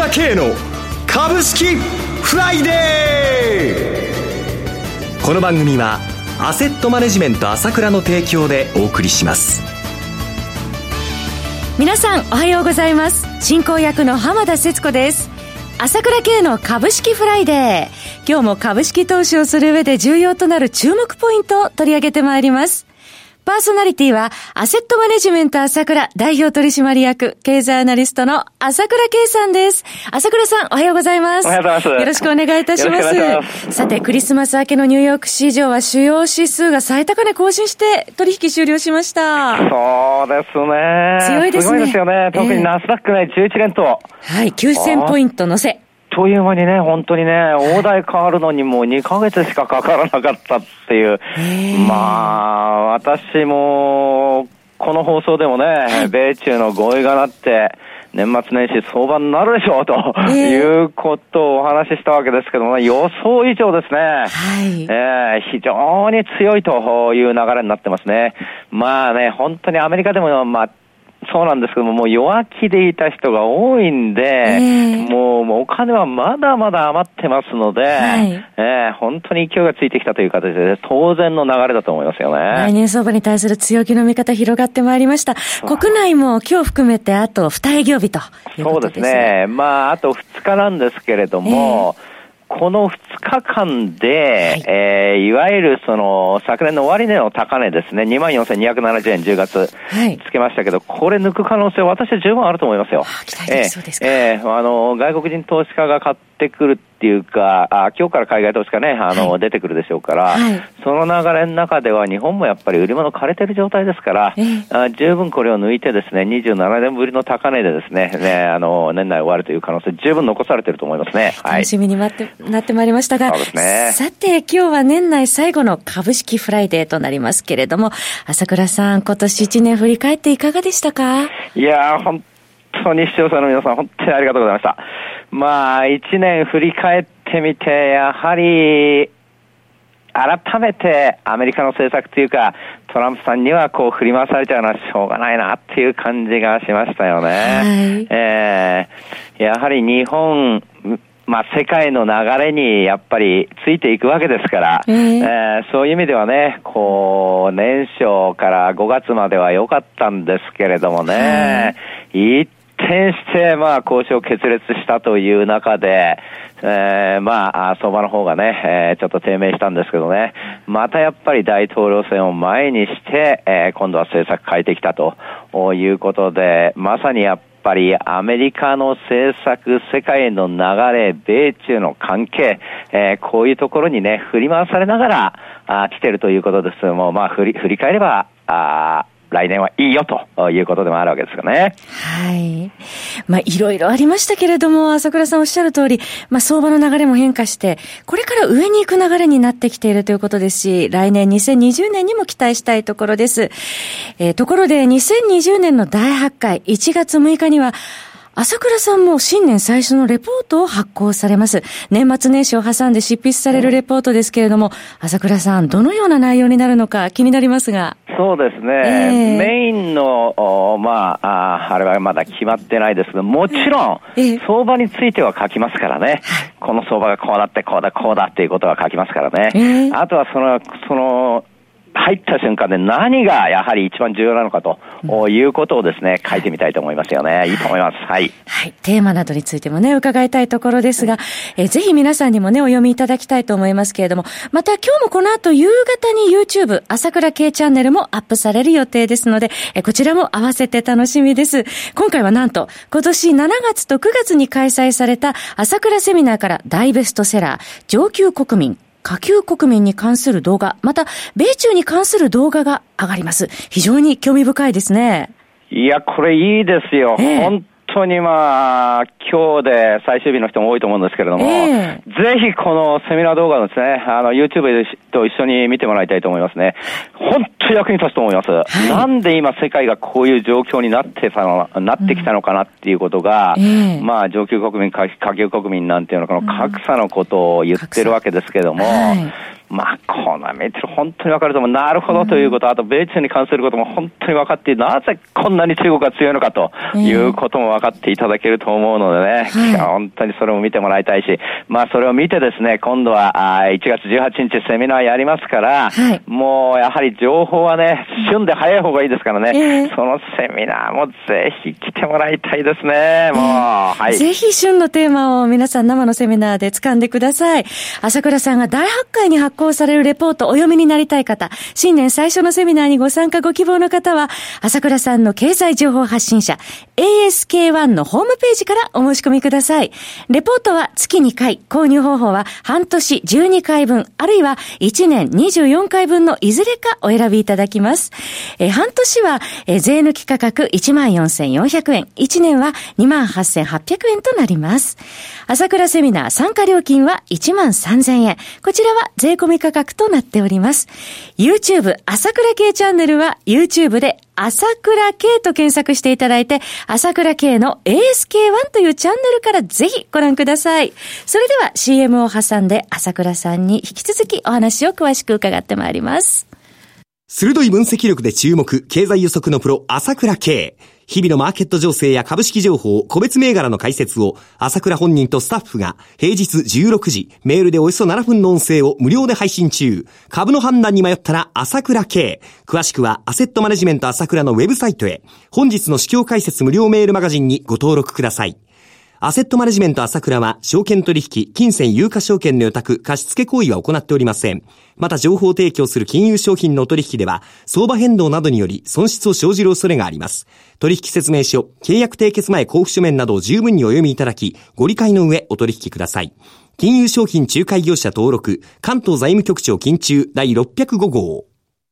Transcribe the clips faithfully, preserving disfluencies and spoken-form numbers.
倉慶の株式フライデー。この番組はアセットマネジメント朝倉の提供でお送りします。 皆さんおはようございます。進行役の浜田節子です。朝倉慶の株式フライデー。今日も株式投資をする上で重要となる注目ポイントを取り上げてまいります。パーソナリティはアセットマネジメント朝倉代表取締役経済アナリストの朝倉慶さんです。朝倉さんおはようございます。 おはようございます。 よろしくお願いいたします。ます。さてクリスマス明けのニューヨーク市場は主要指数が最高値更新して取引終了しました。 そうですね。 強いですね。 すごいですよね。特にナスダックね、じゅういち連投。 はい、きゅうせんポイント乗せ。 という間にね、本当にね、大台変わるのにもうにかげつしかかからなかったっていう。まあ、私も、この放送でもね、米中の合意がなって、年末年始相場になるでしょうということをお話ししたわけですけども、ね、予想以上ですね。はい。えー、非常に強いという流れになってますね。まあね、本当にアメリカでも、まあ、そうなんですけども、もう弱気でいた人が多いんで、えー、もう、もうお金はまだまだ余ってますので、はい、えー、本当に勢いがついてきたという形で、当然の流れだと思いますよね。 来年相場に対する強気の見方広がってまいりました。国内も今日含めてあとに営業日ということですね。 そうですね。まあ、あとふつかなんですけれども、えーこのふつかかんで、はいえー、いわゆるその昨年の終値の高値ですね、にまんよんせんにひゃくななじゅうえんじゅうがつつけましたけど、はい、これ抜く可能性は私は十分あると思いますよ。 期待できそうですか。 えーえー、あの外国人投資家が買ってくるっていうか、あ今日から海外投資家ね、あの、はい、出てくるでしょうから、はい、その流れの中では日本もやっぱり売り物枯れてる状態ですから、えー、あ十分これを抜いてですね、にじゅうななねんぶりの高値でですね、ねあの年内終わるという可能性十分残されていると思いますね。 はい、楽しみに待ってなってまいりましたが、 そうですね、 さて今日は年内最後の株式フライデーとなりますけれども、朝倉さん今年いちねん振り返っていかがでしたか？ いやー本当に視聴者の皆さん本当にありがとうございました。まあ、一年振り返ってみて、やはり、改めてアメリカの政策というか、トランプさんにはこう振り回されちゃうのはしょうがないなっていう感じがしましたよね。はいえー、やはり日本、まあ、世界の流れにやっぱりついていくわけですから、えーえー、そういう意味ではね、こう、年初からごがつまでは良かったんですけれどもね、一転して、まあ、交渉決裂したという中で、えー、まあ、相場の方がね、えー、ちょっと低迷したんですけどね、またやっぱり大統領選を前にして、えー、今度は政策変えてきたということで、まさにやっぱりアメリカの政策、世界の流れ、米中の関係、えー、こういうところにね、振り回されながら、あ来てるということです。もう、まあ、振り、振り返れば、あ来年はいいよということでもあるわけですよね。 はい。まあ、いろいろありましたけれども、朝倉さんおっしゃる通り、まあ、相場の流れも変化して、これから上に行く流れになってきているということですし、来年にせんにじゅうねんにも期待したいところです。えー、ところで、にせんにじゅうねんのだいはちかい、いちがつむいかには、朝倉さんも新年最初のレポートを発行されます。年末年始を挟んで執筆されるレポートですけれども、朝倉さん、どのような内容になるのか気になりますが。 そうですね。えー、メインの、まあ、あ、あれはまだ決まってないですけど、もちろん、えー、相場については書きますからね。この相場がこうだって、こうだ、こうだっていうことは書きますからね。えー、あとはその、その、入った瞬間で何がやはり一番重要なのかということをですね、書いてみたいと思いますよね。いいと思います。はい。 はい。テーマなどについてもね、伺いたいところですが、えぜひ皆さんにもね、お読みいただきたいと思いますけれども、また今日もこの後夕方に YouTube 朝倉Kチャンネルもアップされる予定ですので、えこちらも合わせて楽しみです。今回はなんと、今年しちがつとくがつに開催された朝倉セミナーから大ベストセラー、上級国民、下級国民に関する動画、また、米中に関する動画が上がります。非常に興味深いですね。 いや、これいいですよ。えー、本当にまあ、今日で最終日の人も多いと思うんですけれども、えー、ぜひこのセミナー動画のですね、あの、YouTube と一緒に見てもらいたいと思いますね。本当に役に立つと思います。はい、なんで今世界がこういう状況になってたの、なってきたのかなっていうことが、うんえー、まあ、上級国民、下級国民なんていうのこの格差のことを言ってるわけですけども、うんはいまあ、この見てる本当に分かると思う。なるほどということ、うん、あと米中に関することも本当に分かって、なぜこんなに中国が強いのかということも分かっていただけると思うのでね、えー、本当にそれも見てもらいたいし、まあそれを見てですね、今度はいちがつじゅうはちにちセミナーやりますから、はい、もうやはり情報はね、旬で早い方がいいですからね、えー、そのセミナーもぜひ来てもらいたいですね、もう、えーはい、 ぜひ旬のテーマを皆さん生のセミナーで掴んでください。朝倉さんが大発会に発行されるレポートお読みになりたい方、新年最初のセミナーにご参加ご希望の方は、朝倉さんの経済情報発信者 エーエスケーワン のホームページからお申し込みください。レポートは月にかい、購入方法は半年じゅうにかいぶん、あるいはいちねんにじゅうよんかいぶんのいずれかお選びいただきます。えー、半年は、えー、税抜き価格 いちまんよんせんよんひゃくえん、いちねんは にまんはっせんはっぴゃくえんとなります。朝倉セミナー参加料金はいちまんさんぜんえん。こちらは税込み価格となっております。YouTube 朝倉系チャンネルは YouTube で朝倉系と検索していただいて、朝倉系の エーエスケーワン というチャンネルからぜひご覧ください。それでは シーエム を挟んで朝倉さんに引き続きお話を詳しく伺ってまいります。 鋭い分析力で注目、経済予測のプロ朝倉系。日々のマーケット情勢や株式情報、個別銘柄の解説を朝倉本人とスタッフが平日じゅうろくじ、メールでおよそななふんの音声を無料で配信中。株の判断に迷ったら朝倉系。詳しくはアセットマネジメント朝倉のウェブサイトへ。本日の市況解説無料メールマガジンにご登録ください。アセットマネジメント朝倉は証券取引、金銭有価証券の予託、貸付行為は行っておりません。また情報提供する金融商品の取引では相場変動などにより損失を生じる恐れがあります。取引説明書、契約締結前交付書面などを十分にお読みいただき、ご理解の上お取引ください。金融商品仲介業者登録、関東財務局長金中第ろっぴゃくご号。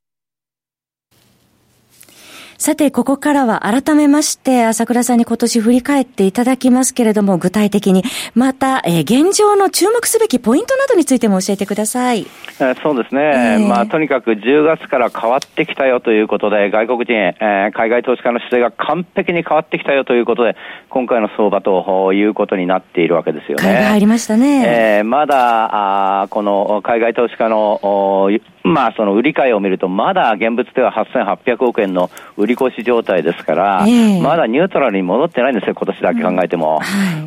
さて、ここからは改めまして、朝倉さんに今年振り返っていただきますけれども、具体的に、また、えー、現状の注目すべきポイントなどについても教えてください。 えー、そうですね。えー、まあ、とにかくじゅうがつから変わってきたよということで、外国人、えー、海外投資家の姿勢が完璧に変わってきたよということで、今回の相場ということになっているわけですよね。 買いが入りましたね。 えー、まだ、あこの海外投資家の、まあ、その売り買いを見ると、まだ現物でははっせんはっぴゃくおくえんの売り越し状態ですから、えー、まだニュートラルに戻ってないんですよ、今年だけ考えても。うん、はい、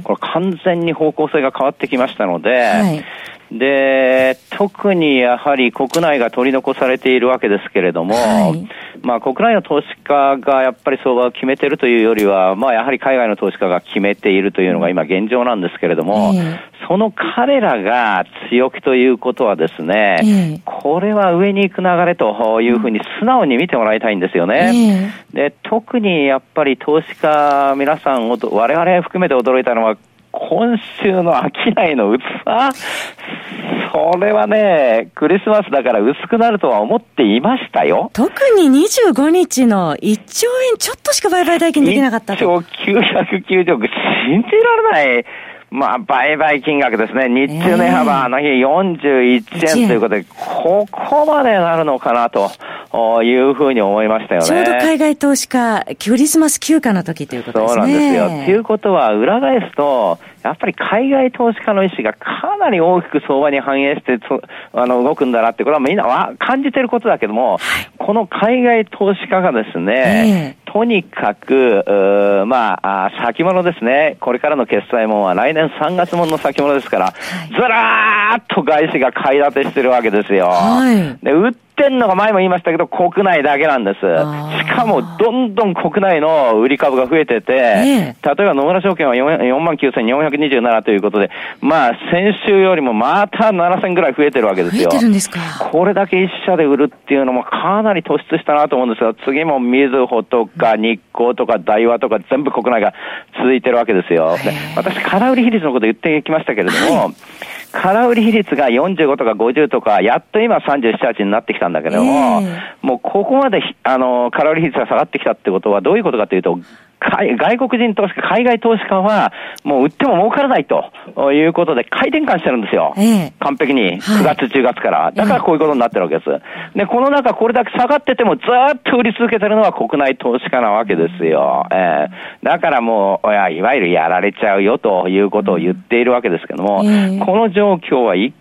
これ完全に方向性が変わってきましたので、はい、で、特にやはり国内が取り残されているわけですけれども、はい、まあ国内の投資家がやっぱり相場を決めているというよりは、まあやはり海外の投資家が決めているというのが今現状なんですけれども、えー、その彼らが強気ということはですね、えー、これは上に行く流れというふうに素直に見てもらいたいんですよね。えー、で、特にやっぱり投資家皆さんを我々含めて驚いたのは、今週の商いの薄さ、それはね、クリスマスだから薄くなるとは思っていましたよ。 特ににじゅうごにちのいっちょうえんちょっとしか売買代金できなかったと。いっちょうきゅうひゃくきゅうじゅうおく、信じられない。まあ、売買金額ですね。日中値幅、あの日よんじゅういちえんということで、ここまでなるのかなというふうに思いましたよね。 ちょうど海外投資家、クリスマス休暇の時ということですね。 そうなんですよ。ということは、裏返すと、やっぱり海外投資家の意思がかなり大きく相場に反映して、あの、動くんだなって、これはみんなは感じてることだけども、はい、この海外投資家がですね、えー、とにかく、まあ、先物ですね。これからの決済もは来年さんがつもんの先物ですから、はい、ずらーっと外資が買い立てしてるわけですよ。はい、で、売ってんのが前も言いましたけど、国内だけなんです。しかも、どんどん国内の売り株が増えてて、えー、例えば野村証券はよんまんきゅうせんよんひゃくにじゅうななということで、まあ、先週よりもまたななせんぐらい増えてるわけですよ。 増えてるんですか。 これだけ一社で売るっていうのもかなり突出したなと思うんですが、次もみずほとか日光とか大和とか全部国内が続いてるわけですよ。で、私、空売り比率のこと言ってきましたけれども、はい、空売り比率がよんじゅうごとかごじゅうとか、やっと今さんじゅうなな、はちになってきたんだけども、えー、もうここまで、あの、空売り比率が下がってきたってことはどういうことかというと、外国人投資家、海外投資家は、もう売っても儲からないということで、買い転換してるんですよ。ええ、完璧に。くがつ、じゅうがつから。だからこういうことになってるわけです。で、この中、これだけ下がってても、ずーっと売り続けてるのは国内投資家なわけですよ。えー、だからもう、いや、いわゆるやられちゃうよということを言っているわけですけども、ええ、この状況は一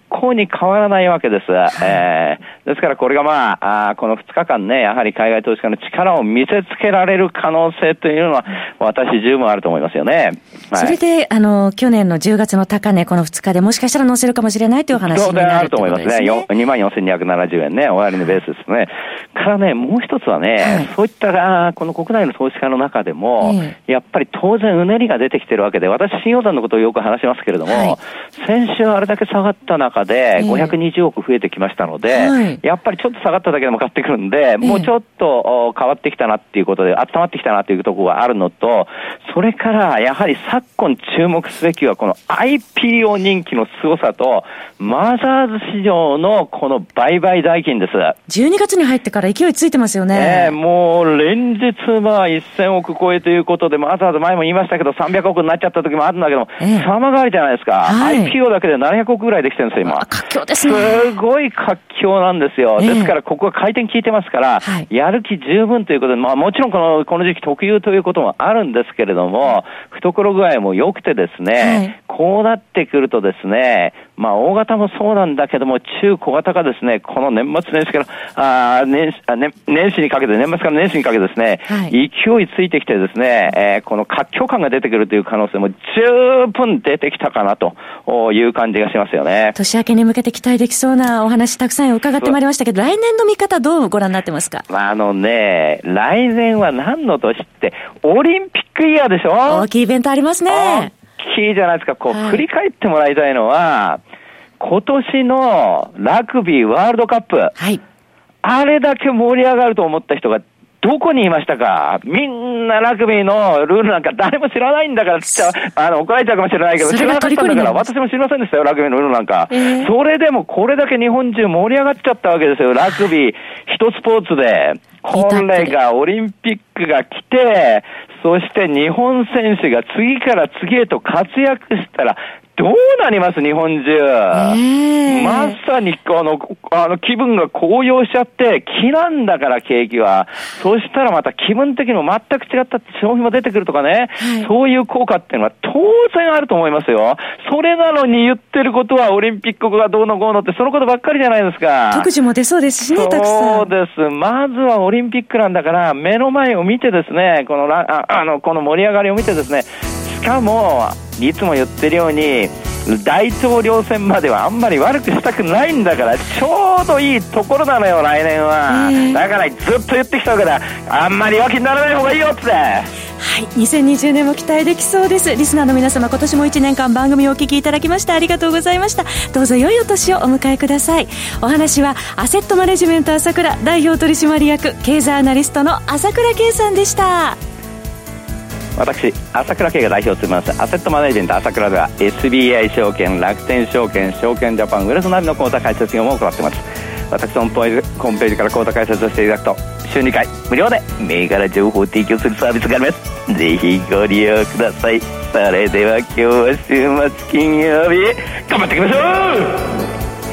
向に変わらないわけです。えー、ですからこれがまあ、あこのふつかかんね、やはり海外投資家の力を見せつけられる可能性というのは、私十分あると思いますよね。 はい、それで、あの、去年のじゅうがつの高値、このふつかでもしかしたら乗せるかもしれないというお話になるってことですね。そうであると思いますね。にまんよんせんにひゃくななじゅうえんね、終値ベースですね。からね、もう一つはね、はい、そういったこの国内の投資家の中でも、ええ、やっぱり当然うねりが出てきてるわけで、私信用団のことをよく話しますけれども、はい、先週あれだけ下がった中でごひゃくにじゅうおく増えてきましたので、ええ、やっぱりちょっと下がっただけでも買ってくるんで、ええ、もうちょっと変わってきたなっていうことで、温まってきたなっていうところがあるのと、それからやはり昨今注目すべきはこの アイピーオー 人気の凄さと、マザーズ市場のこの売買代金です。じゅうにがつに入ってから勢いついてますよね。 ええ、もう連日まあせんおく超えということで、マザーズ前も言いましたけどさんびゃくおくになっちゃった時もあるんだけど、ええ、様変わりじゃないですか。はい、アイピーオー だけでななひゃくおくぐらいできてるんですよ、今。 活況ですね。 すごい活況なんですよ。ええ、ですからここは回転効いてますから、はい、やる気十分ということで、まあもちろんこの、この時期特有ということもあるんですけれども、懐具合も良くてですね、はい、こうなってくるとですね、まあ大型もそうなんだけども、中小型がですね、この年末年始から、あ年あ年年始にかけて、年末から年始にかけてですね、はい、勢いついてきてですね、えー、この活況感が出てくるという可能性も十分出てきたかなという感じがしますよね。 年明けに向けて期待できそうなお話たくさん伺ってまいりましたけど、来年の見方どうご覧になってますか？ あのね、来年は何の年って、オリンピックイヤーでしょ？ 大きいイベントありますね。 大きいじゃないですか。こう、はい、振り返ってもらいたいのは、今年のラグビーワールドカップ。はい。あれだけ盛り上がると思った人がどこにいましたか？みんなラグビーのルールなんか誰も知らないんだから、ちっちゃ、あの、怒られちゃうかもしれないけど、知らなかったんだから、私も知りませんでしたよ、ラグビーのルールなんか。えー、それでもこれだけ日本中盛り上がっちゃったわけですよ、ラグビー、一スポーツで。これがオリンピックが来て、そして日本選手が次から次へと活躍したら、どうなります日本中、えー、まさにこのあの気分が高揚しちゃって気なんだから景気は。そしたらまた気分的にも全く違った消費も出てくるとかね、はい、そういう効果っていうのは当然あると思いますよ。それなのに言ってることはオリンピックがどうのこうのってそのことばっかりじゃないですか。 特需も出そうですしね、たくさん。 そうです。まずはオリンピックなんだから目の前を見てですね、このああのこの盛り上がりを見てですね、しかもいつも言ってるように大統領選まではあんまり悪くしたくないんだから、ちょうどいいところなのよ来年は。だからずっと言ってきたわけだ、あんまり弱気にならない方がいいよって。 はい、にせんにじゅうねんも期待できそうです。リスナーの皆様、今年もいちねんかん番組をお聞きいただきましてありがとうございました。どうぞ良いお年をお迎えください。お話はアセットマネジメント朝倉代表取締役経済アナリストの朝倉圭さんでした。 私、朝倉圭が代表を務めますアセットマネジメント朝倉では エスビーアイ 証券、楽天証券、証券ジャパン、ウェルスナビの口座開設業務を行っています。私のホームページから口座開設をしていただくと週にかい無料で銘柄情報を提供するサービスがあります。ぜひご利用ください。それでは今日は週末金曜日頑張っていきましょう。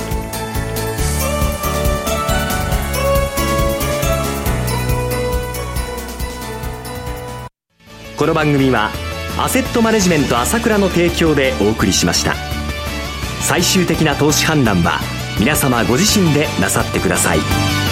この番組はアセットマネジメント朝倉の提供でお送りしました。最終的な投資判断は皆様ご自身でなさってください。